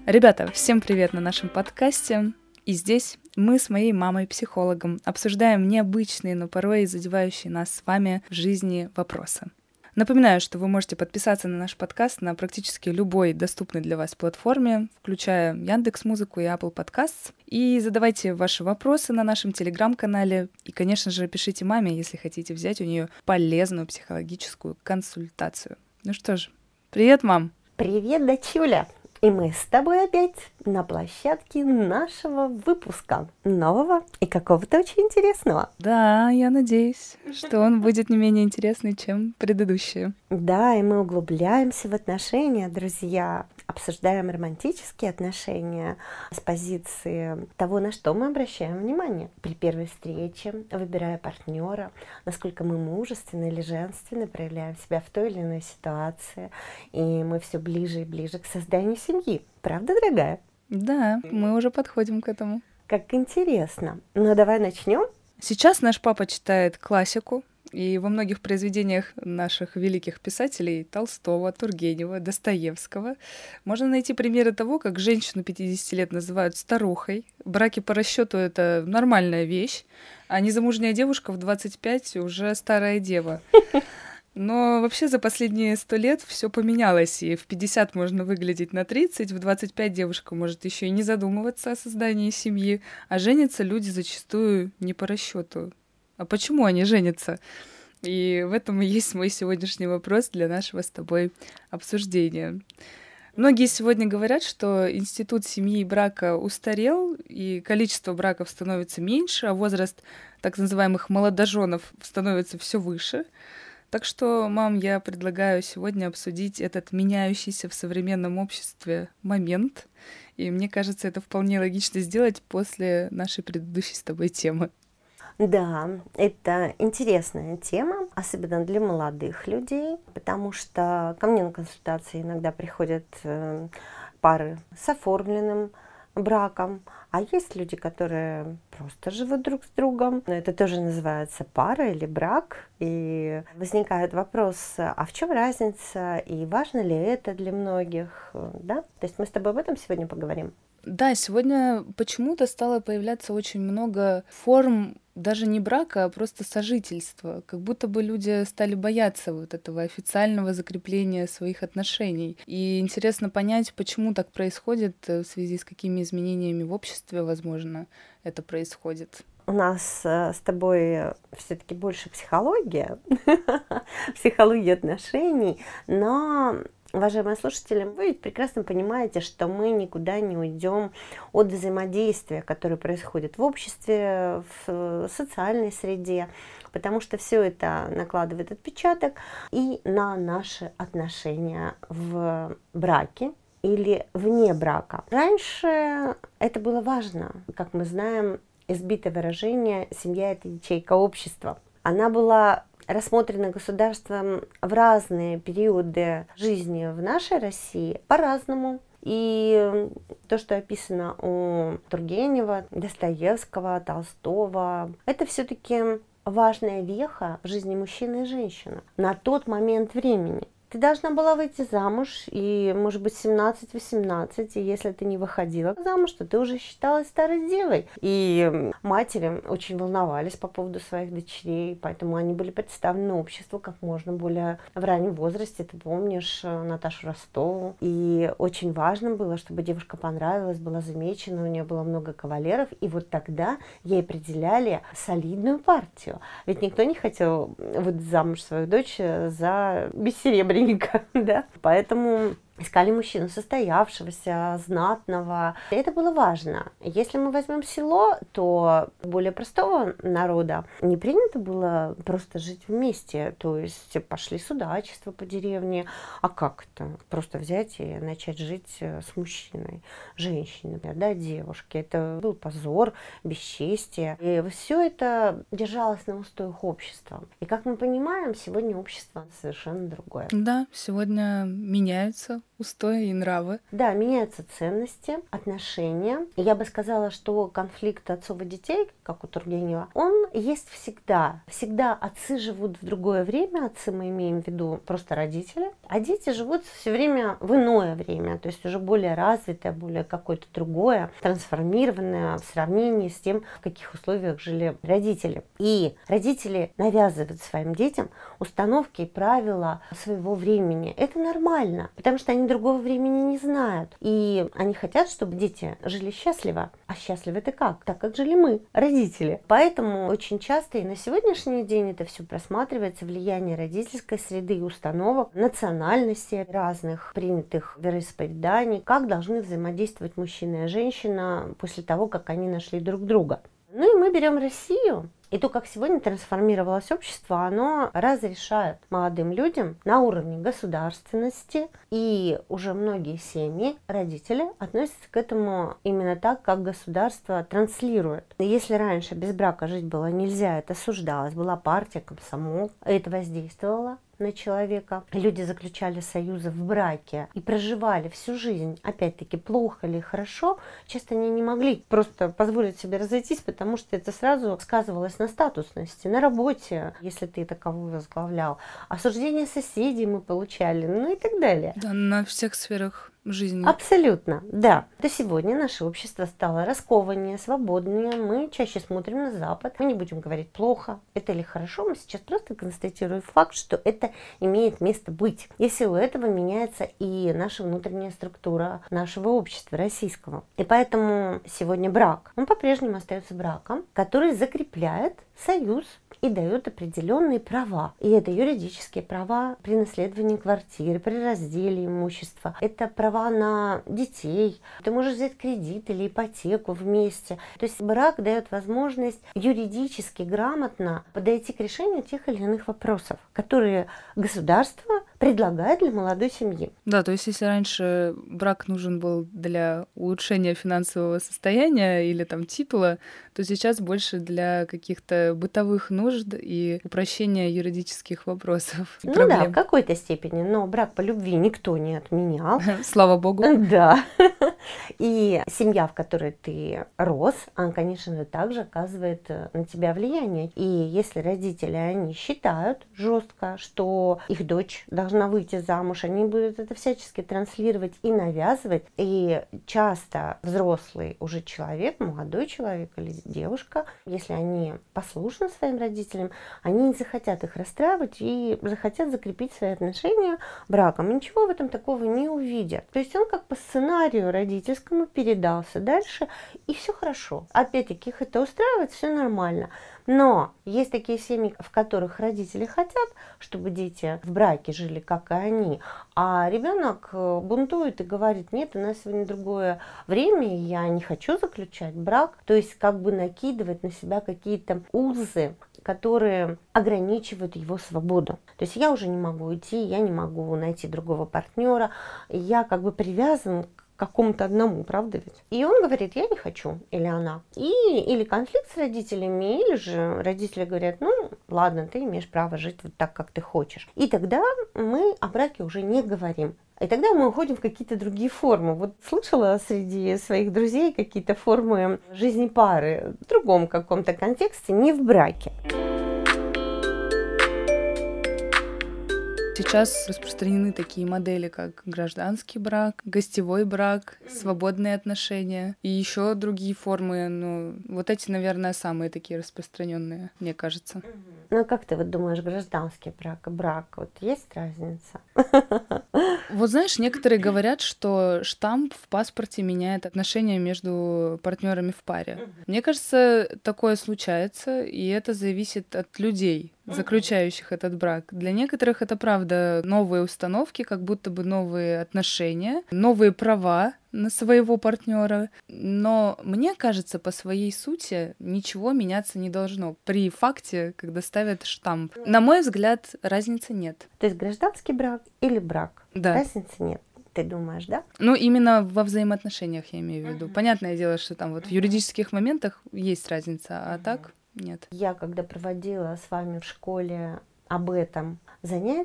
Ребята, всем привет на нашем подкасте. И здесь мы с моей мамой-психологом обсуждаем необычные, но порой и задевающие нас с вами в жизни вопросы. Напоминаю, что вы можете подписаться на наш подкаст на практически любой доступной для вас платформе, включая Яндекс.Музыку и Apple Podcasts. И задавайте ваши вопросы на нашем телеграм-канале. И, конечно же, пишите маме, если хотите взять у нее полезную психологическую консультацию. Ну что ж, привет, мам! Привет, дочуля! И мы с тобой опять на площадке нашего выпуска, нового и какого-то очень интересного. Да, я надеюсь, что он будет не менее интересный, чем предыдущие. Да, и мы углубляемся в отношения, друзья, обсуждаем романтические отношения с позиции того, на что мы обращаем внимание при первой встрече, выбирая партнера, насколько мы мужественны или женственны, проявляем себя в той или иной ситуации, и мы все ближе и ближе к созданию семьи. Правда, дорогая? Да, мы уже подходим к этому. Как интересно. Ну, давай начнем. Сейчас наш папа читает классику, и во многих произведениях наших великих писателей Толстого, Тургенева, Достоевского можно найти примеры того, как женщину 50 лет называют старухой. Браки по расчету это нормальная вещь, а незамужняя девушка в 25 уже старая дева. Но вообще за последние 100 лет все поменялось, и в 50 можно выглядеть на 30, в 25 девушка может еще и не задумываться о создании семьи, а женятся люди зачастую не по расчету. А почему они женятся? И в этом и есть мой сегодняшний вопрос для нашего с тобой обсуждения. Многие сегодня говорят, что институт семьи и брака устарел, и количество браков становится меньше, а возраст так называемых молодоженов становится все выше. Так что, мам, я предлагаю сегодня обсудить этот меняющийся в современном обществе момент. И мне кажется, это вполне логично сделать после нашей предыдущей с тобой темы. Да, это интересная тема, особенно для молодых людей, потому что ко мне на консультации иногда приходят пары с оформленным браком, а есть люди, которые просто живут друг с другом. Но это тоже называется пара или брак. И возникает вопрос, а в чем разница и важно ли это для многих? Да? То есть мы с тобой об этом сегодня поговорим. Да, сегодня почему-то стало появляться очень много форм даже не брака, а просто сожительства. Как будто бы люди стали бояться вот этого официального закрепления своих отношений. И интересно понять, почему так происходит, в связи с какими изменениями в обществе, возможно, это происходит. У нас с тобой все-таки больше психология, психология отношений, но... Уважаемые слушатели, вы ведь прекрасно понимаете, что мы никуда не уйдем от взаимодействия, которое происходит в обществе, в социальной среде, потому что все это накладывает отпечаток и на наши отношения в браке или вне брака. Раньше это было важно, как мы знаем, избитое выражение «семья – это ячейка общества». Она была рассмотрено государством в разные периоды жизни в нашей России по-разному. И то, что описано у Тургенева, Достоевского, Толстого, это все-таки важная веха в жизни мужчины и женщины на тот момент времени. Ты должна была выйти замуж, и, может быть, 17-18, и если ты не выходила замуж, то ты уже считалась старой девой. И матери очень волновались по поводу своих дочерей, поэтому они были представлены обществу как можно более в раннем возрасте. Ты помнишь Наташу Ростову. И очень важно было, чтобы девушка понравилась, была замечена, у нее было много кавалеров, и вот тогда ей определяли солидную партию. Ведь никто не хотел выдать замуж свою дочь за бессеребренника. Да? Поэтому искали мужчину состоявшегося, знатного. И это было важно. Если мы возьмем село, то более простого народа не принято было просто жить вместе. То есть пошли судачества по деревне. А как это? Просто взять и начать жить с мужчиной, женщиной, да, девушки. Это был позор, бесчестие. И все это держалось на устоях общества. И как мы понимаем, сегодня общество совершенно другое. Да, сегодня меняются устои и нравы. Да, меняются ценности, отношения. Я бы сказала, что конфликт отцов и детей, как у Тургенева, он есть всегда. Всегда отцы живут в другое время. Отцы мы имеем в виду просто родители. А дети живут все время в иное время, то есть уже более развитое, более какое-то другое, трансформированное в сравнении с тем, в каких условиях жили родители. И родители навязывают своим детям установки и правила своего времени. Это нормально, потому что они другого времени не знают. И они хотят, чтобы дети жили счастливо. А счастливо это как? Так, как жили мы, родители. Поэтому очень часто и на сегодняшний день это все просматривается влияние родительской среды и установок, национальности разных принятых вероисповеданий, как должны взаимодействовать мужчина и женщина после того, как они нашли друг друга. Ну и мы берем Россию. И то, как сегодня трансформировалось общество, оно разрешает молодым людям на уровне государственности, и уже многие семьи, родители относятся к этому именно так, как государство транслирует. Если раньше без брака жить было нельзя, это осуждалось, была партия, комсомол, это воздействовало на человека. Люди заключали союзы в браке и проживали всю жизнь, опять-таки, плохо или хорошо, часто они не могли просто позволить себе разойтись, потому что это сразу сказывалось на статусности, на работе, если ты таковую возглавлял. Осуждение соседей мы получали, ну и так далее. Да, на всех сферах жизни. Абсолютно, да. То сегодня наше общество стало раскованнее, свободнее. Мы чаще смотрим на Запад. Мы не будем говорить плохо, это или хорошо. Мы сейчас просто констатируем факт, что это имеет место быть. Если у этого меняется и наша внутренняя структура нашего общества российского. И поэтому сегодня брак, он по-прежнему остается браком, который закрепляет союз и дает определенные права. И это юридические права при наследовании квартиры, при разделе имущества. Это права на детей. Ты можешь взять кредит или ипотеку вместе. То есть брак дает возможность юридически грамотно подойти к решению тех или иных вопросов, которые государство предлагает для молодой семьи. Да, то есть если раньше брак нужен был для улучшения финансового состояния или там титула, то сейчас больше для каких-то бытовых нужд и упрощения юридических вопросов и проблем. Да, в какой-то степени, но брак по любви никто не отменял. Слава богу. Да. И семья, в которой ты рос, она, конечно же, также оказывает на тебя влияние. И если родители, они считают жестко, что их дочь должна выйти замуж, они будут это всячески транслировать и навязывать. И часто взрослый уже человек, молодой человек или девушка, если они послушны своим родителям, они не захотят их расстраивать и захотят закрепить свои отношения браком. И ничего в этом такого не увидят. То есть он как по сценарию родительскому передался дальше, и все хорошо. Опять-таки их это устраивает, все нормально. Но есть такие семьи, в которых родители хотят, чтобы дети в браке жили, как и они, а ребенок бунтует и говорит: нет, у нас сегодня другое время, я не хочу заключать брак. То есть как бы накидывает на себя какие-то узы, которые ограничивают его свободу. То есть я уже не могу уйти, я не могу найти другого партнера, я как бы привязан к какому-то одному, правда ведь? И он говорит: я не хочу, или она. Или конфликт с родителями, или же родители говорят: ну ладно, ты имеешь право жить вот так, как ты хочешь. И тогда мы о браке уже не говорим. И тогда мы уходим в какие-то другие формы. Вот слышала среди своих друзей какие-то формы жизни пары в другом каком-то контексте, не в браке. Сейчас распространены такие модели, как гражданский брак, гостевой брак, свободные отношения и еще другие формы. Ну, вот эти, наверное, самые такие распространенные, мне кажется. Ну, как ты вот думаешь, гражданский брак и брак, вот есть разница? Вот знаешь, некоторые говорят, что штамп в паспорте меняет отношения между партнерами в паре. Мне кажется, такое случается, и это зависит от людей, заключающих этот брак. Для некоторых это, правда, новые установки, как будто бы новые отношения, новые права на своего партнера. Но мне кажется, по своей сути ничего меняться не должно при факте, когда ставят штамп. На мой взгляд, разницы нет. То есть гражданский брак или брак? Да. Разницы нет. Ты думаешь, да? Ну, именно во взаимоотношениях я имею в виду. Понятное дело, что там вот в юридических моментах есть разница, а так нет. Я, когда проводила с вами в школе об этом занятия,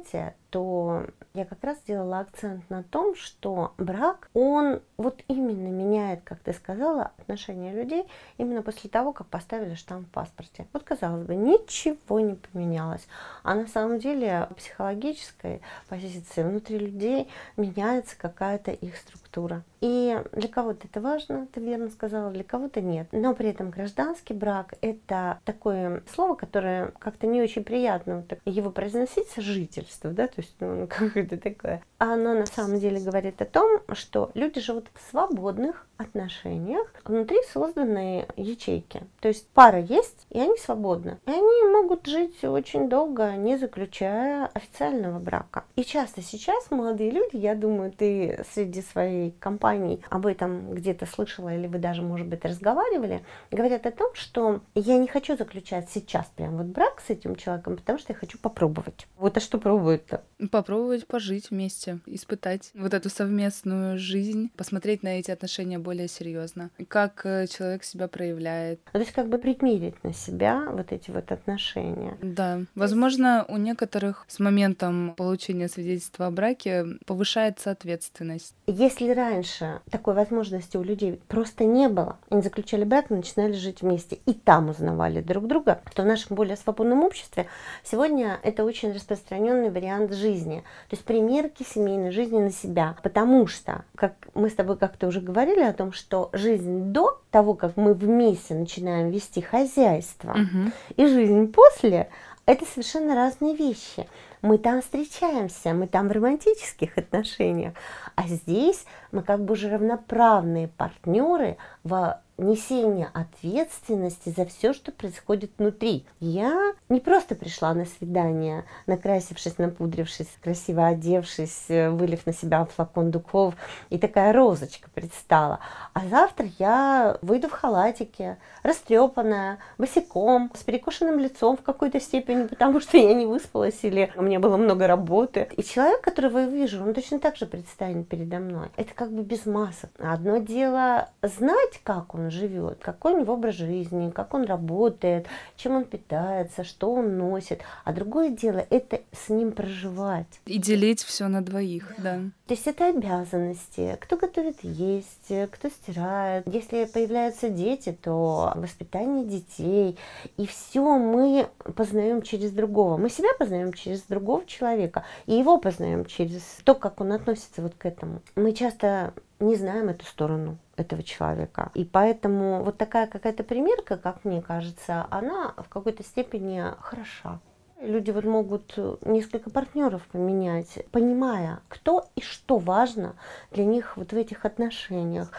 то я как раз сделала акцент на том, что брак, он вот именно меняет, как ты сказала, отношения людей именно после того, как поставили штамп в паспорте. Вот, казалось бы, ничего не поменялось. А на самом деле в психологической позиции внутри людей меняется какая-то их структура. И для кого-то это важно, ты верно сказала, для кого-то нет. Но при этом гражданский брак — это такое слово, которое как-то не очень приятно вот так его произносить, сожительство, да, то есть какое-то такое. А оно на самом деле говорит о том, что люди живут в свободных отношениях, внутри созданные ячейки. То есть пара есть, и они свободны. И они могут жить очень долго, не заключая официального брака. И часто сейчас молодые люди, я думаю, ты среди своей компании об этом где-то слышала, или вы даже, может быть, разговаривали, говорят о том, что я не хочу заключать сейчас прям вот брак с этим человеком, потому что я хочу попробовать. Вот, а что пробовать-то? Попробовать пожить вместе, испытать вот эту совместную жизнь, посмотреть на эти отношения более серьезно. Как человек себя проявляет. То есть как бы примерить на себя вот эти вот отношения. Да, возможно, у некоторых с моментом получения свидетельства о браке повышается ответственность. Если раньше такой возможности у людей просто не было, они заключали брак, начинали жить вместе и там узнавали друг друга, то в нашем более свободном обществе сегодня это очень распространенный вариант жизни. То есть примерки семейной жизни на себя. Потому что, как мы с тобой как-то уже говорили о том, что жизнь до того, как мы вместе начинаем вести хозяйство, и жизнь после — это совершенно разные вещи. Мы там встречаемся, мы там в романтических отношениях, а здесь мы как бы уже равноправные партнеры в несении ответственности за все, что происходит внутри. Я не просто пришла на свидание, накрасившись, напудрившись, красиво одевшись, вылив на себя флакон духов, и такая розочка предстала. А завтра я выйду в халатике, растрепанная, босиком, с перекошенным лицом в какой-то степени, потому что я не выспалась или у меня было много работы. И человек, которого я вижу, он точно так же предстанет передо мной. Это как бы без масок. Одно дело знать, как он живет, какой у него образ жизни, как он работает, чем он питается, что он носит. А другое дело — это с ним проживать. И делить все на двоих, да. То есть это обязанности. Кто готовит есть, кто стирает. Если появляются дети, то воспитание детей. И все мы познаем через другого. Мы себя познаем через другого человека, и его познаем через то, как он относится вот к этому. Мы часто не знаем эту сторону этого человека. И поэтому вот такая какая-то примерка, как мне кажется, она в какой-то степени хороша. Люди вот могут несколько партнеров поменять, понимая, кто и что важно для них вот в этих отношениях.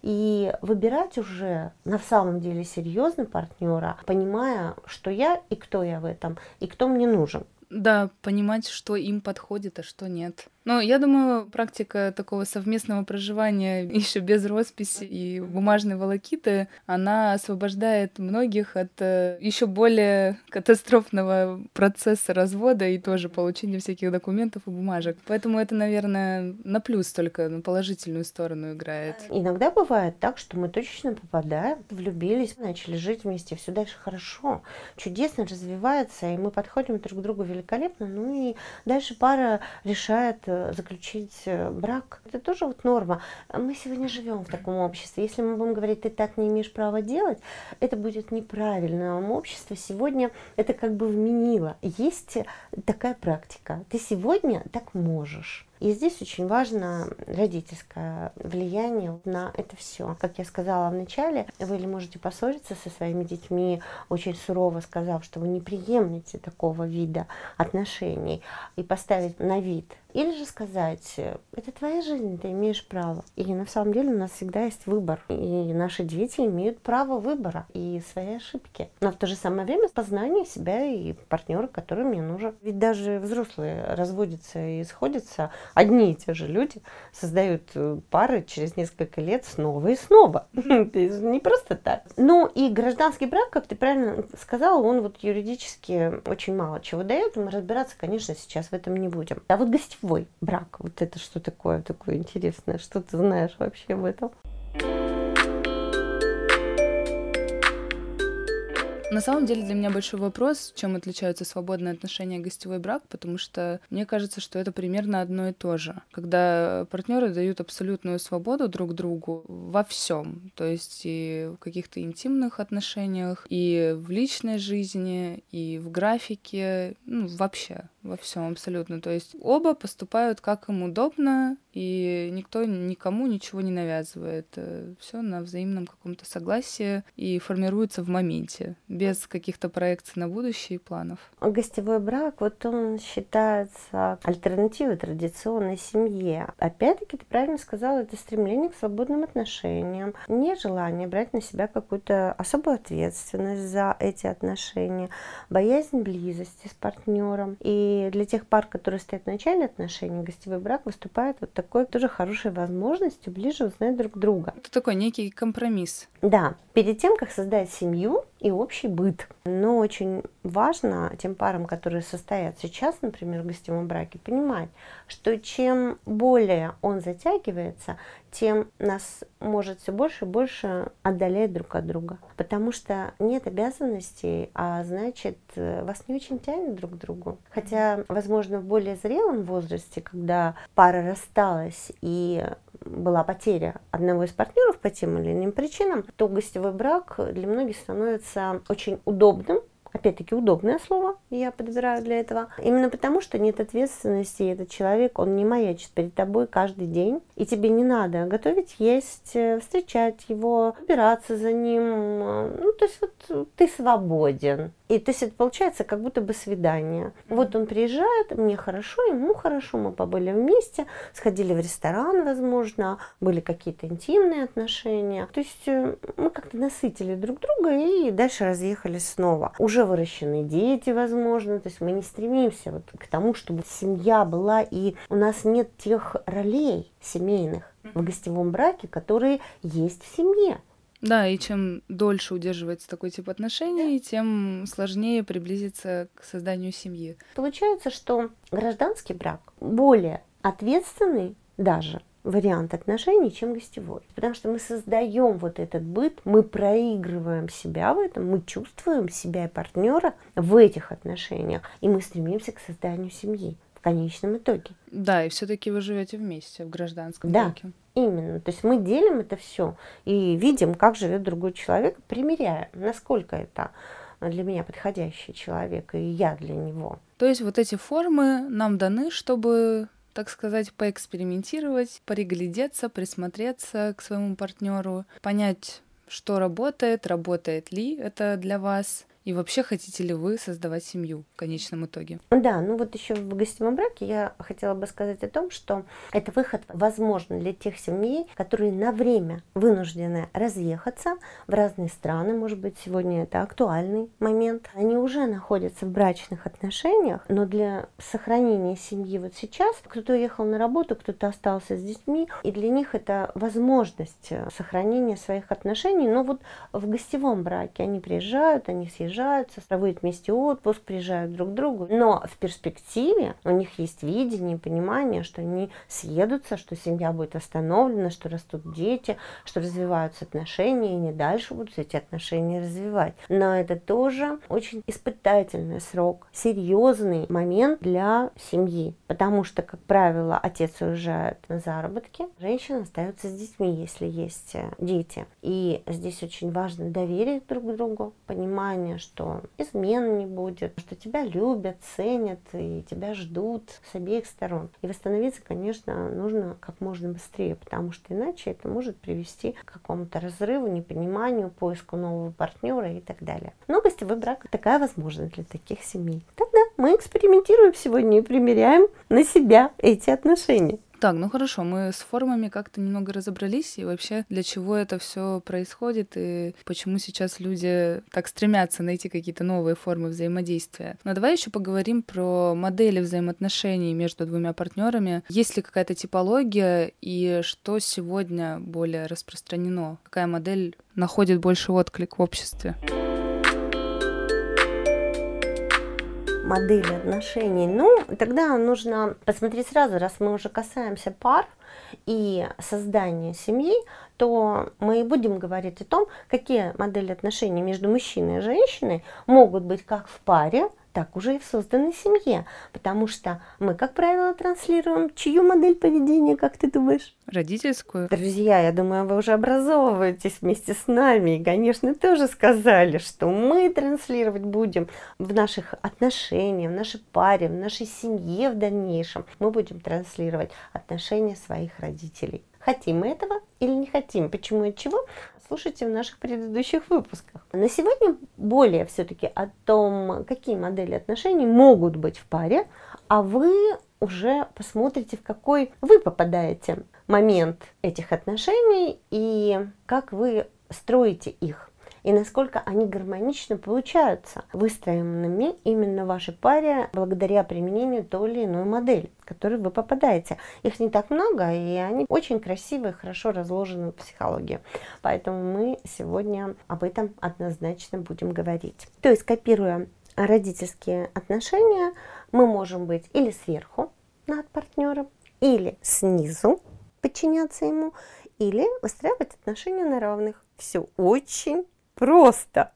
И выбирать уже на самом деле серьезно партнера, понимая, что я и кто я в этом, и кто мне нужен. Да, понимать, что им подходит, а что нет. Но я думаю, практика такого совместного проживания еще без росписи и бумажной волокиты, она освобождает многих от еще более катастрофного процесса развода и тоже получения всяких документов и бумажек. Поэтому это, наверное, на плюс только, на положительную сторону играет. Иногда бывает так, что мы точечно попадаем, влюбились, начали жить вместе, все дальше хорошо, чудесно развивается, и мы подходим друг к другу великолепно, ну и дальше пара решает заключить брак. Это тоже вот норма. Мы сегодня живем в таком обществе. Если мы будем говорить, ты так не имеешь права делать, это будет неправильно. Общество сегодня это как бы вменило. Есть такая практика. Ты сегодня так можешь. И здесь очень важно родительское влияние на это все. Как я сказала в начале, вы или можете поссориться со своими детьми, очень сурово сказав, что вы не приемлете такого вида отношений, и поставить на вид. Или же сказать, это твоя жизнь, ты имеешь право. И на самом деле у нас всегда есть выбор. И наши дети имеют право выбора и свои ошибки. Но в то же самое время познание себя и партнера, который мне нужен. Ведь даже взрослые разводятся и сходятся, одни и те же люди создают пары через несколько лет снова и снова. Не просто так. Ну и гражданский брак, как ты правильно сказала, он вот юридически очень мало чего дает. Мы разбираться, конечно, сейчас в этом не будем. А вот гостевой брак, вот это что такое интересное? Что ты знаешь вообще об этом? На на самом деле для меня большой вопрос, чем отличаются свободные отношения и гостевой брак, потому что мне кажется, что это примерно одно и то же. Когда партнеры дают абсолютную свободу друг другу во всем, то есть и в каких-то интимных отношениях, и в личной жизни, и в графике, вообще во всем абсолютно. То есть оба поступают как им удобно, и никто никому ничего не навязывает. Все на взаимном каком-то согласии и формируется в моменте, без каких-то проекций на будущее и планов. Гостевой брак, вот он считается альтернативой традиционной семье. Опять-таки, ты правильно сказала, это стремление к свободным отношениям, нежелание брать на себя какую-то особую ответственность за эти отношения, боязнь близости с партнером. И для тех пар, которые стоят в начале отношений, гостевой брак выступает вот такой тоже хорошей возможностью ближе узнать друг друга. Это такой некий компромисс. Да, перед тем, как создать семью и общий быт. Но очень важно тем парам, которые состоят сейчас, например, в гостевом браке, понимать, что чем более он затягивается, тем нас может все больше и больше отдалять друг от друга. Потому что нет обязанностей, а значит, вас не очень тянет друг к другу. Хотя, возможно, в более зрелом возрасте, когда пара рассталась и была потеря одного из партнеров по тем или иным причинам, то гостевой брак для многих становится очень удобным. Опять-таки, удобное слово я подбираю для этого. Именно потому, что нет ответственности, и этот человек, он не маячит перед тобой каждый день, и тебе не надо готовить, есть, встречать его, убираться за ним. То есть вот ты свободен. И то есть это получается как будто бы свидание. Вот он приезжает, мне хорошо, ему хорошо, мы побыли вместе, сходили в ресторан, возможно, были какие-то интимные отношения. То есть мы как-то насытили друг друга и дальше разъехались снова. Уже выращены дети, возможно, то есть мы не стремимся вот к тому, чтобы семья была, и у нас нет тех ролей семейных в гостевом браке, которые есть в семье. Да, и чем дольше удерживается такой тип отношений, тем сложнее приблизиться к созданию семьи. Получается, что гражданский брак более ответственный даже вариант отношений, чем гостевой. Потому что мы создаем вот этот быт, мы проигрываем себя в этом, мы чувствуем себя и партнера в этих отношениях, и мы стремимся к созданию семьи в конечном итоге. Да, и все-таки вы живете вместе в гражданском браке. Именно. То есть мы делим это все и видим, как живет другой человек, примеряем, насколько это для меня подходящий человек, и я для него. То есть вот эти формы нам даны, чтобы, так сказать, поэкспериментировать, приглядеться, присмотреться к своему партнеру, понять, что работает, работает ли это для вас, и вообще хотите ли вы создавать семью в конечном итоге. Да, вот еще в гостевом браке я хотела бы сказать о том, что это выход возможен для тех семей, которые на время вынуждены разъехаться в разные страны. Может быть, сегодня это актуальный момент. Они уже находятся в брачных отношениях, но для сохранения семьи вот сейчас кто-то уехал на работу, кто-то остался с детьми, и для них это возможность сохранения своих отношений. Но вот в гостевом браке они приезжают, они съезжаются, проводят вместе отпуск, приезжают друг к другу. Но в перспективе у них есть видение, понимание, что они съедутся, что семья будет восстановлена, что растут дети, что развиваются отношения, и они дальше будут эти отношения развивать. Но это тоже очень испытательный срок, серьезный момент для семьи. Потому что, как правило, отец уезжает на заработки, женщина остается с детьми, если есть дети. И здесь очень важно доверие друг к другу, понимание, что измен не будет, что тебя любят, ценят и тебя ждут с обеих сторон. И восстановиться, конечно, нужно как можно быстрее, потому что иначе это может привести к какому-то разрыву, непониманию, поиску нового партнера и так далее. Но гостевой брак такая возможность для таких семей. Тогда мы экспериментируем сегодня и примеряем на себя эти отношения. Так, хорошо, мы с формами как-то немного разобрались, и вообще для чего это все происходит, и почему сейчас люди так стремятся найти какие-то новые формы взаимодействия. Но давай еще поговорим про модели взаимоотношений между двумя партнерами. Есть ли какая-то типология, и что сегодня более распространено? Какая модель находит больше отклик в обществе? модели отношений? Ну, тогда нужно посмотреть сразу, раз мы уже касаемся пар и создания семьи, то мы будем говорить о том, какие модели отношений между мужчиной и женщиной могут быть как в паре, так уже и в созданной семье. Потому что мы, как правило, транслируем чью модель поведения, как ты думаешь? Родительскую. Друзья, я думаю, вы уже образовываетесь вместе с нами. И, конечно, тоже сказали, что мы транслировать будем в наших отношениях, в нашей паре, в нашей семье в дальнейшем. Мы будем транслировать отношения своих родителей. Хотим мы этого или не хотим? Почему и от чего? Слушайте в наших предыдущих выпусках. На сегодня более все-таки о том, какие модели отношений могут быть в паре, а вы уже посмотрите, в какой вы попадаете момент этих отношений и как вы строите их. И насколько они гармонично получаются, выстроенными именно в вашей паре благодаря применению той или иной модели, в которую вы попадаете. Их не так много, и они очень красивые, хорошо разложены в психологии. Поэтому мы сегодня об этом однозначно будем говорить. То есть, копируя родительские отношения, мы можем быть или сверху над партнером, или снизу подчиняться ему, или выстраивать отношения на равных. Все очень просто.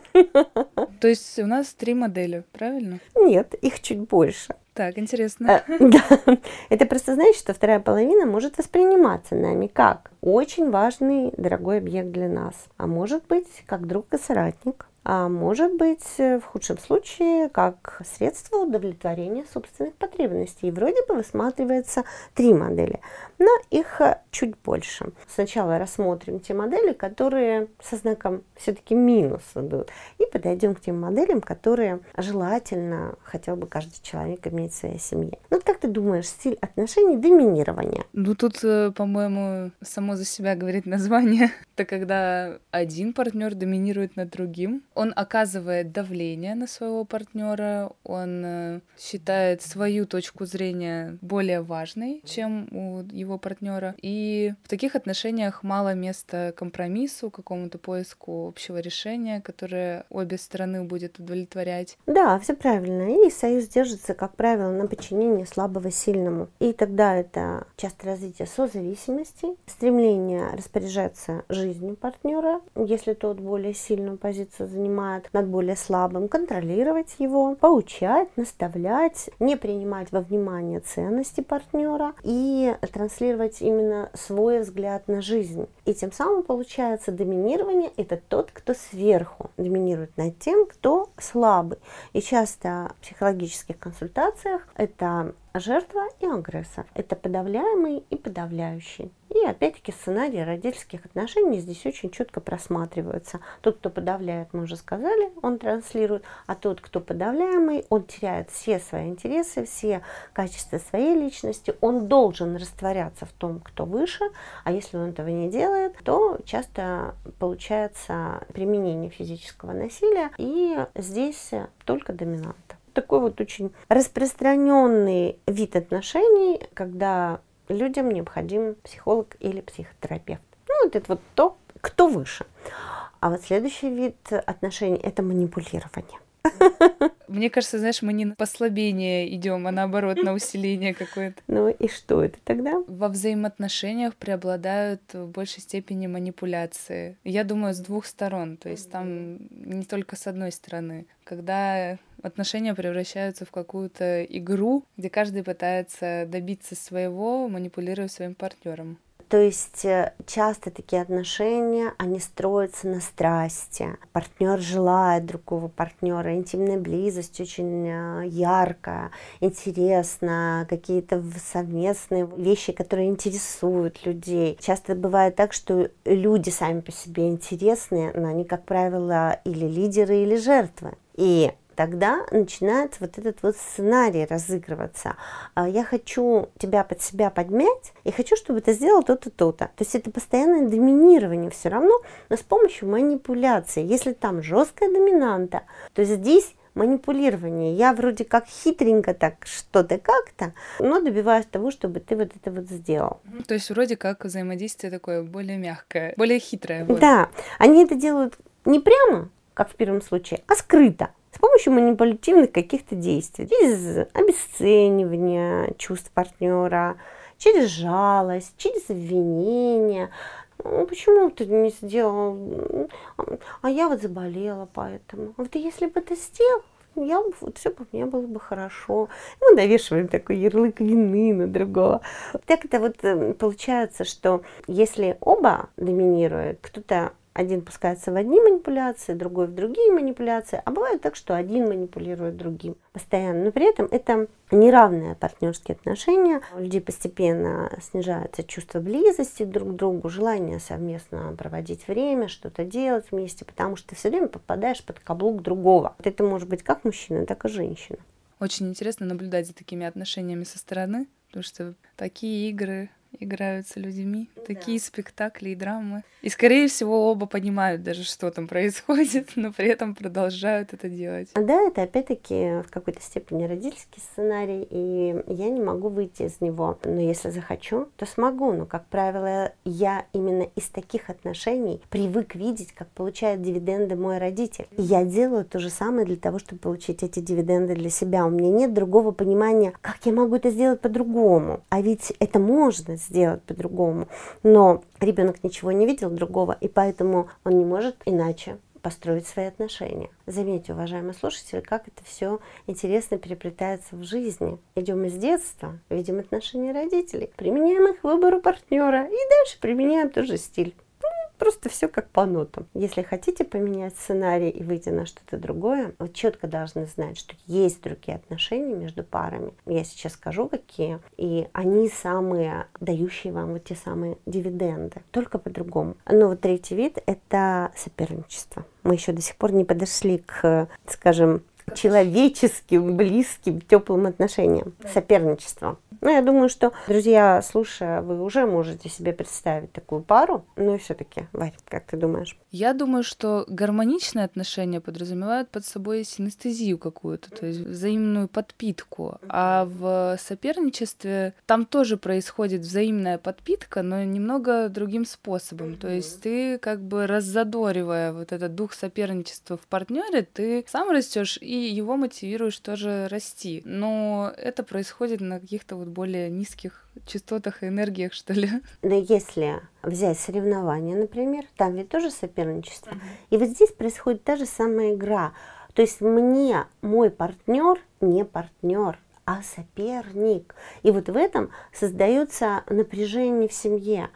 То есть у нас 3 модели, правильно? Нет, их чуть больше. Так, интересно. Да. Это просто значит, что вторая половина может восприниматься нами как очень важный, дорогой объект для нас. А может быть, как друг и соратник. А может быть, в худшем случае, как средство удовлетворения собственных потребностей. И вроде бы высматривается 3 модели, но их чуть больше. Сначала рассмотрим те модели, которые со знаком все-таки минус идут, и подойдем к тем моделям, которые желательно хотел бы каждый человек иметь в своей семье. Ну, как ты думаешь, стиль отношений доминирования? Ну, тут, по-моему, само за себя говорит название. Это когда один партнер доминирует над другим. Он оказывает давление на своего партнера, он считает свою точку зрения более важной, чем у его партнера. И в таких отношениях мало места компромиссу, какому-то поиску общего решения, которое обе стороны будет удовлетворять. Да, все правильно. И союз держится, как правило, на подчинении слабого сильному. И тогда это часто развитие созависимости, стремление распоряжаться жизнью партнера, если тот более сильную позицию занимает, над более слабым, контролировать его, поучать, наставлять, не принимать во внимание ценности партнера и транслировать именно свой взгляд на жизнь. И тем самым получается доминирование — это тот, кто сверху доминирует над тем, кто слабый. И часто в психологических консультациях это жертва и агрессор. Это подавляемый и подавляющий. И опять-таки сценарии родительских отношений здесь очень четко просматриваются. Тот, кто подавляет, мы уже сказали, он транслирует, а тот, кто подавляемый, он теряет все свои интересы, все качества своей личности, он должен растворяться в том, кто выше, а если он этого не делает, то часто получается применение физического насилия, и здесь только доминанта. Такой вот очень распространенный вид отношений, когда людям необходим психолог или психотерапевт. Ну, вот это вот то, кто выше. А вот следующий вид отношений — это манипулирование. Мне кажется, знаешь, мы не на послабление идем, а наоборот, на усиление какое-то. Ну и что это тогда? Во взаимоотношениях преобладают в большей степени манипуляции. Я думаю, с 2 сторон, то есть там не только с одной стороны. Когда отношения превращаются в какую-то игру, где каждый пытается добиться своего, манипулируя своим партнером. То есть часто такие отношения, они строятся на страсти. Партнер желает другого партнера, интимная близость очень яркая, интересная, какие-то совместные вещи, которые интересуют людей. Часто бывает так, что люди сами по себе интересные, но они, как правило, или лидеры, или жертвы. И тогда начинает вот этот вот сценарий разыгрываться. Я хочу тебя под себя подмять, и хочу, чтобы ты сделал то-то, то-то. То есть это постоянное доминирование все равно, но с помощью манипуляции. Если там жесткая доминанта, то здесь манипулирование. Я вроде как хитренько так что-то как-то, но добиваюсь того, чтобы ты вот это вот сделал. То есть вроде как взаимодействие такое более мягкое, более хитрое. Вот. Да, они это делают не прямо, как в первом случае, а скрыто. С помощью помощью манипулятивных каких-то действий, через обесценивание чувств партнера, через жалость, через обвинение. Почему ты не сделал? А я вот заболела поэтому. Вот если бы ты сделал, все бы у меня было бы хорошо. Мы навешиваем такой ярлык вины на другого. Так это вот получается, что если оба доминируют, кто-то один пускается в одни манипуляции, другой в другие манипуляции, а бывает так, что один манипулирует другим постоянно. Но при этом это неравные партнерские отношения. У людей постепенно снижается чувство близости друг к другу, желание совместно проводить время, что-то делать вместе, потому что ты все время попадаешь под каблук другого. Это может быть как мужчина, так и женщина. Очень интересно наблюдать за такими отношениями со стороны, потому что такие игры играются людьми, такие спектакли и драмы. И, скорее всего, оба понимают даже, что там происходит, но при этом продолжают это делать. Да, это опять-таки в какой-то степени родительский сценарий, и я не могу выйти из него. Но если захочу, то смогу. Но, как правило, я именно из таких отношений привык видеть, как получает дивиденды мой родитель. И я делаю то же самое для того, чтобы получить эти дивиденды для себя. У меня нет другого понимания, как я могу это сделать по-другому. А ведь это можно сделать по-другому. Но ребенок ничего не видел другого, и поэтому он не может иначе построить свои отношения. Заметьте, уважаемые слушатели, как это все интересно переплетается в жизни. Идем из детства, видим отношения родителей, применяем их к выбору партнера и дальше применяем тот же стиль. Просто все как по нотам. Если хотите поменять сценарий и выйти на что-то другое, вы четко должны знать, что есть другие отношения между парами. Я сейчас скажу, какие. И они самые, дающие вам вот те самые дивиденды. Только по-другому. Но вот третий вид – это соперничество. Мы еще до сих пор не подошли к, скажем, человеческим, близким, теплым отношениям. Соперничество. Ну, я думаю, что, друзья, слушая, вы уже можете себе представить такую пару. Но и все-таки, Варя, как ты думаешь? Я думаю, что гармоничные отношения подразумевают под собой синестезию какую-то, то есть взаимную подпитку. А в соперничестве там тоже происходит взаимная подпитка, но немного другим способом. То есть ты как бы раззадоривая вот этот дух соперничества в партнере, ты сам растешь и его мотивируешь тоже расти. Но это происходит на каких-то вот более низких частотах и энергиях, что ли. Но если взять соревнования, например, там ведь тоже соперничество. И вот здесь происходит та же самая игра. То есть мне мой партнер не партнер, а соперник. И вот в этом создается напряжение в семье.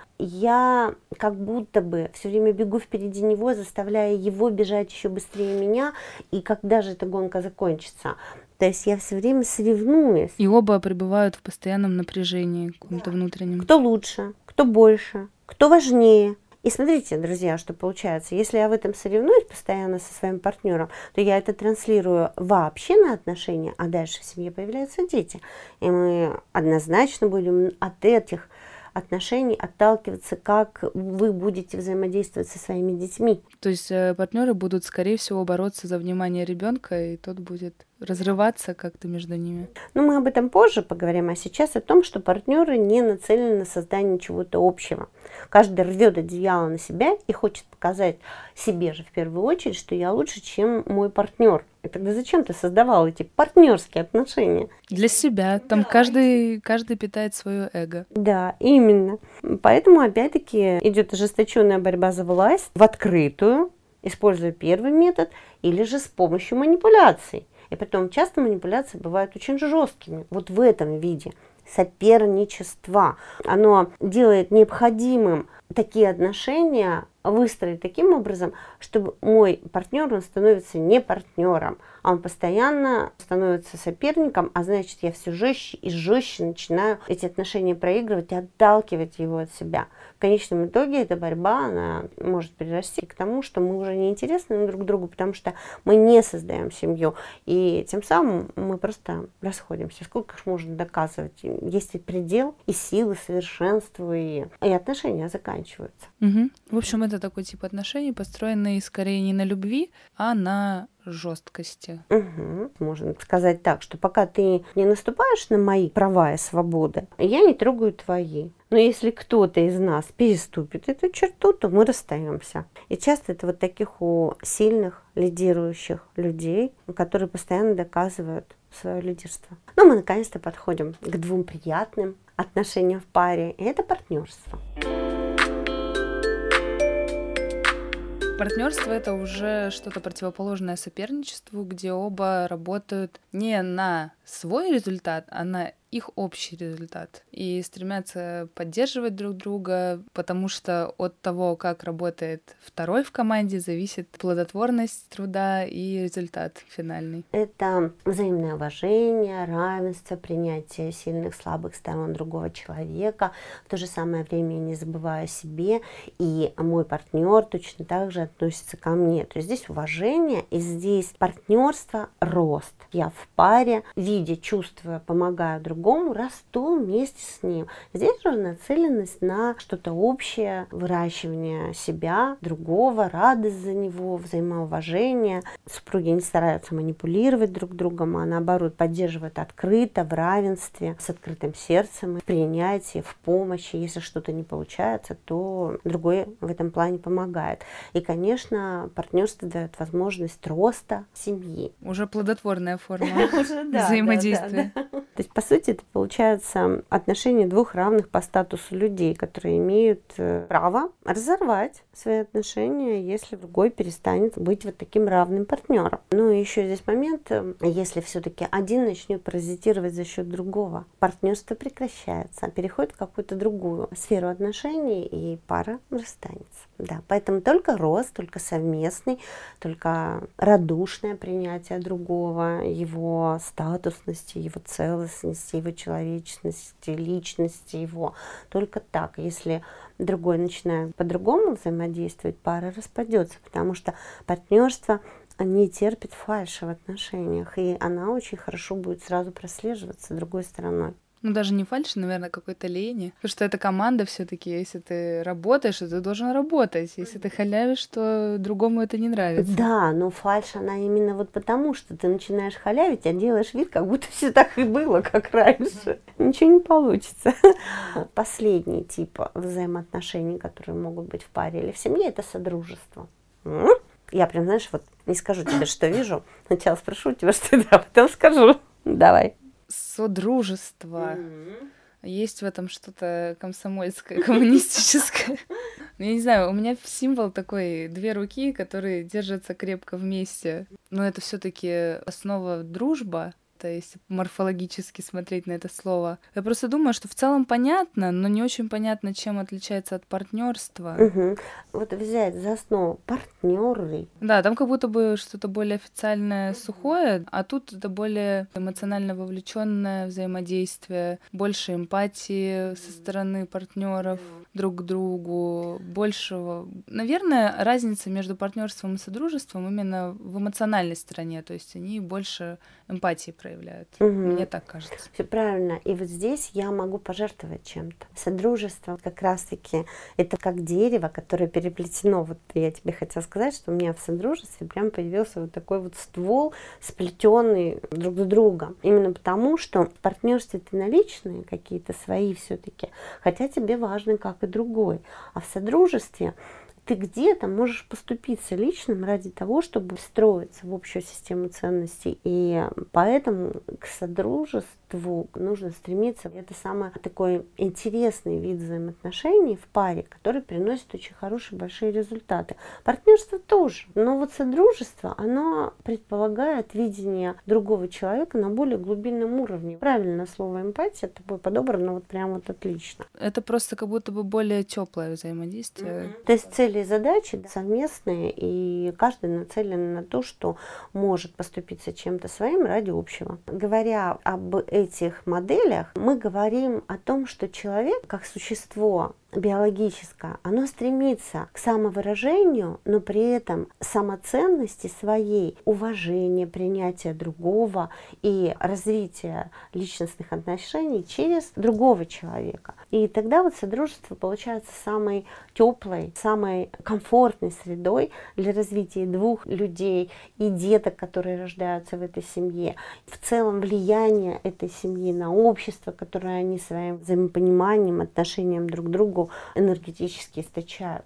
Я как будто бы все время бегу впереди него, заставляя его бежать еще быстрее меня, и когда же эта гонка закончится? То есть я все время соревнуюсь. И оба пребывают в постоянном напряжении каком-то внутреннем. Кто лучше, кто больше, кто важнее. И смотрите, друзья, что получается. Если я в этом соревнуюсь постоянно со своим партнером, то я это транслирую вообще на отношения, а дальше в семье появляются дети. И мы однозначно будем от этих отношений отталкиваться, как вы будете взаимодействовать со своими детьми. То есть партнеры будут, скорее всего, бороться за внимание ребенка, и тот будет разрываться как-то между ними. Но мы об этом позже поговорим, а сейчас о том, что партнеры не нацелены на создание чего-то общего. Каждый рвет одеяло на себя и хочет показать себе же в первую очередь, что я лучше, чем мой партнер. И тогда зачем ты создавал эти партнерские отношения? Для себя. Там каждый питает свое эго. Да, именно. Поэтому, опять-таки, идет ожесточенная борьба за власть в открытую, используя первый метод, или же с помощью манипуляций. И потом часто манипуляции бывают очень жесткими. Вот в этом виде соперничества. Оно делает необходимым такие отношения выстроить таким образом, чтобы мой партнер, он становится не партнером, а он постоянно становится соперником, а значит, я все жестче и жестче начинаю эти отношения проигрывать и отталкивать его от себя. В конечном итоге эта борьба, она может перерасти к тому, что мы уже не интересны друг другу, потому что мы не создаем семью, и тем самым мы просто расходимся. Сколько ж можно доказывать? Есть ведь предел и силы, совершенства, и отношения заканчиваются. Угу. В общем, это это такой тип отношений, построенный скорее не на любви, а на жесткости. Угу. Можно сказать так, что пока ты не наступаешь на мои права и свободы, я не трогаю твои. Но если кто-то из нас переступит эту черту, то мы расстаемся. И часто это вот таких у сильных, лидирующих людей, которые постоянно доказывают свое лидерство. Но мы наконец-то подходим к двум приятным отношениям в паре, и это партнерство. Партнерство — это уже что-то противоположное соперничеству, где оба работают не на свой результат, а на их общий результат. И стремятся поддерживать друг друга, потому что от того, как работает второй в команде, зависит плодотворность труда и результат финальный. Это взаимное уважение, равенство, принятие сильных, слабых сторон другого человека, в то же самое время не забывая о себе, и мой партнер точно так же относится ко мне. То есть здесь уважение, и здесь партнерство, рост. Я в паре, видя, чувствуя, помогаю другому, расту вместе с ним. Здесь же нацеленность на что-то общее, выращивание себя, другого, радость за него, взаимоуважение. Супруги не стараются манипулировать друг другом, а наоборот поддерживают открыто, в равенстве, с открытым сердцем, в принятии, в помощи. Если что-то не получается, то другой в этом плане помогает. И, конечно, партнерство дает возможность роста семьи. Уже плодотворная форма взаимодействия. То есть, по сути, это получается отношения двух равных по статусу людей, которые имеют право разорвать свои отношения, если другой перестанет быть вот таким равным партнером. Ну и еще здесь момент, если все-таки один начнет паразитировать за счет другого, партнерство прекращается, переходит в какую-то другую сферу отношений, и пара расстанется. Да, поэтому только рост, только совместный, только радушное принятие другого, его статусности, его целостности, его человечности, личности его. Только так. Если другой начинает по-другому взаимодействовать, пара распадется, потому что партнерство не терпит фальши в отношениях, и она очень хорошо будет сразу прослеживаться другой стороной. Ну, даже не фальши, наверное, какой-то лени. Потому что это команда все-таки. Если ты работаешь, то ты должен работать. Если ты халявишь, то другому это не нравится. Да, но фальшь, она именно вот потому, что ты начинаешь халявить, а делаешь вид, как будто все так и было, как раньше. Ничего не получится. Последний тип взаимоотношений, которые могут быть в паре или в семье, это содружество. Я прям, знаешь, вот не скажу тебе, что вижу. Сначала спрошу у тебя, что это, а потом скажу. Давай. Содружество. Есть в этом что-то комсомольское, коммунистическое. Я не знаю, у меня символ такой: две руки, которые держатся крепко вместе. Но это все-таки основа дружба. Если морфологически смотреть на это слово. Я просто думаю, что в целом понятно, но не очень понятно, чем отличается от партнерства. Вот взять за основу партнеры. Да, там как будто бы что-то более официальное, сухое, а тут это более эмоционально вовлеченное взаимодействие, больше эмпатии со стороны партнеров друг к другу, большего. Наверное, разница между партнерством и содружеством именно в эмоциональной стороне, то есть они больше эмпатии проявляют. Мне так кажется. Все правильно. И вот здесь я могу пожертвовать чем-то. Содружество как раз-таки это как дерево, которое переплетено. Вот я тебе хотела сказать, что у меня в содружестве прям появился вот такой вот ствол, сплетенный друг с другом. Именно потому, что в партнерстве ты наличные какие-то свои все-таки, хотя тебе важно, как и другой. А в содружестве ты где-то можешь поступиться личным ради того, чтобы встроиться в общую систему ценностей. И поэтому к содружеству нужно стремиться. Это самый такой интересный вид взаимоотношений в паре, который приносит очень хорошие, большие результаты. Партнерство тоже. Но вот содружество, оно предполагает видение другого человека на более глубинном уровне. Правильное слово эмпатия тобой подобрано вот прям вот отлично. Это просто как будто бы более теплое взаимодействие. То есть цели и задачи совместные, и каждый нацелен на то, что может поступиться чем-то своим ради общего. Говоря об этих моделях, мы говорим о том, что человек как существо биологическое, оно стремится к самовыражению, но при этом самоценности своей, уважения, принятия другого и развития личностных отношений через другого человека. И тогда вот содружество получается самой теплой, самой комфортной средой для развития двух людей и деток, которые рождаются в этой семье. В целом влияние этой семьи на общество, которое они своим взаимопониманием, отношением друг к другу энергетически источают.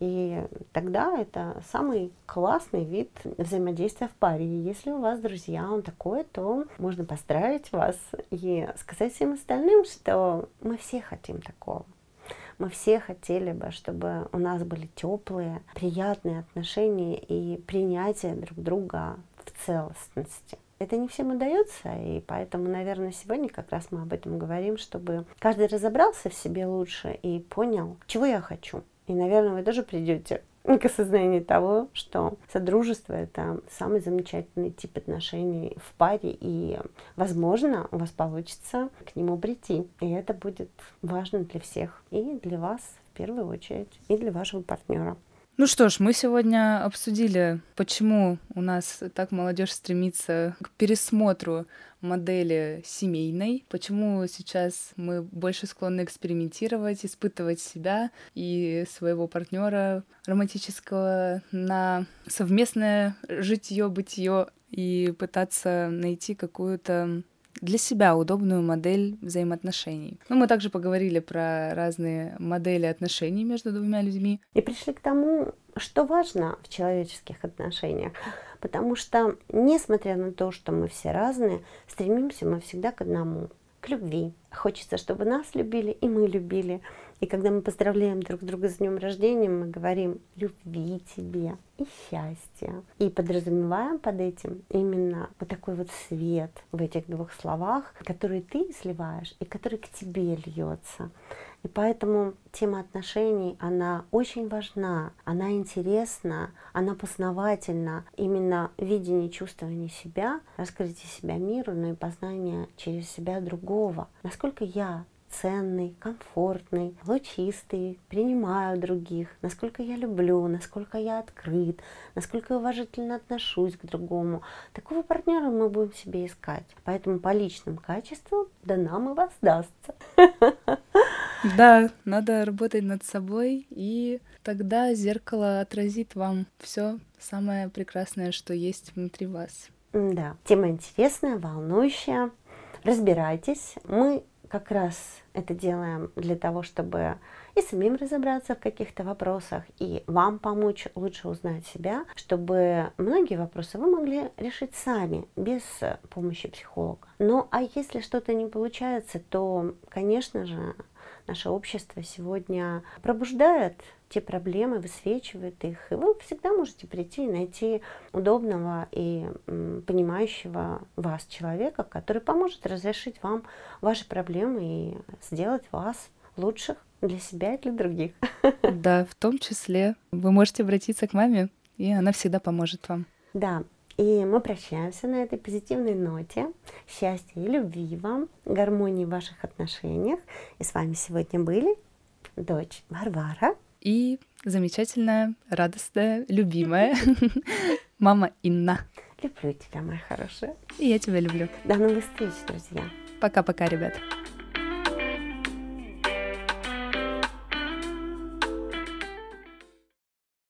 И тогда это самый классный вид взаимодействия в паре. И если у вас, друзья, он такой, то можно поздравить вас и сказать всем остальным, что мы все хотим такого. Мы все хотели бы, чтобы у нас были теплые, приятные отношения и принятие друг друга в целостности. Это не всем удается, и поэтому, наверное, сегодня как раз мы об этом говорим, чтобы каждый разобрался в себе лучше и понял, чего я хочу. И, наверное, вы тоже придете к осознанию того, что содружество — это самый замечательный тип отношений в паре, и, возможно, у вас получится к нему прийти. И это будет важно для всех, и для вас в первую очередь, и для вашего партнера. Ну что ж, мы сегодня обсудили, почему у нас так молодежь стремится к пересмотру модели семейной, почему сейчас мы больше склонны экспериментировать, испытывать себя и своего партнера романтического на совместное житье-бытие и пытаться найти какую-то для себя удобную модель взаимоотношений. Ну, мы также поговорили про разные модели отношений между двумя людьми. И пришли к тому, что важно в человеческих отношениях. Потому что, несмотря на то, что мы все разные, стремимся мы всегда к одному — к любви. Хочется, чтобы нас любили, и мы любили. И когда мы поздравляем друг друга с днем рождения, мы говорим «любви тебе» и «счастья». И подразумеваем под этим именно вот такой вот свет в этих двух словах, который ты сливаешь и который к тебе льется. И поэтому тема отношений, она очень важна, она интересна, она познавательна. Именно видение, чувствование себя, раскрытие себя миру, но и познание через себя другого. Насколько я ценный, комфортный, лучистый, принимаю других, насколько я люблю, насколько я открыт, насколько я уважительно отношусь к другому. Такого партнера мы будем себе искать. Поэтому по личным качествам да нам и воздастся. Да, надо работать над собой, и тогда зеркало отразит вам все самое прекрасное, что есть внутри вас. Да, тема интересная, волнующая. Разбирайтесь. Мы как раз это делаем для того, чтобы и самим разобраться в каких-то вопросах, и вам помочь лучше узнать себя, чтобы многие вопросы вы могли решить сами, без помощи психолога. Ну, а если что-то не получается, то, конечно же, наше общество сегодня пробуждает те проблемы, высвечивает их, и вы всегда можете прийти и найти удобного и понимающего вас человека, который поможет разрешить вам ваши проблемы и сделать вас лучших для себя и для других. Да, в том числе вы можете обратиться к маме, и она всегда поможет вам. Да, и мы прощаемся на этой позитивной ноте. Счастья и любви вам, гармонии в ваших отношениях. И с вами сегодня были дочь Варвара и замечательная, радостная, любимая мама Инна. Люблю тебя, моя хорошая. И я тебя люблю. До новых встреч, друзья. Пока-пока, ребят.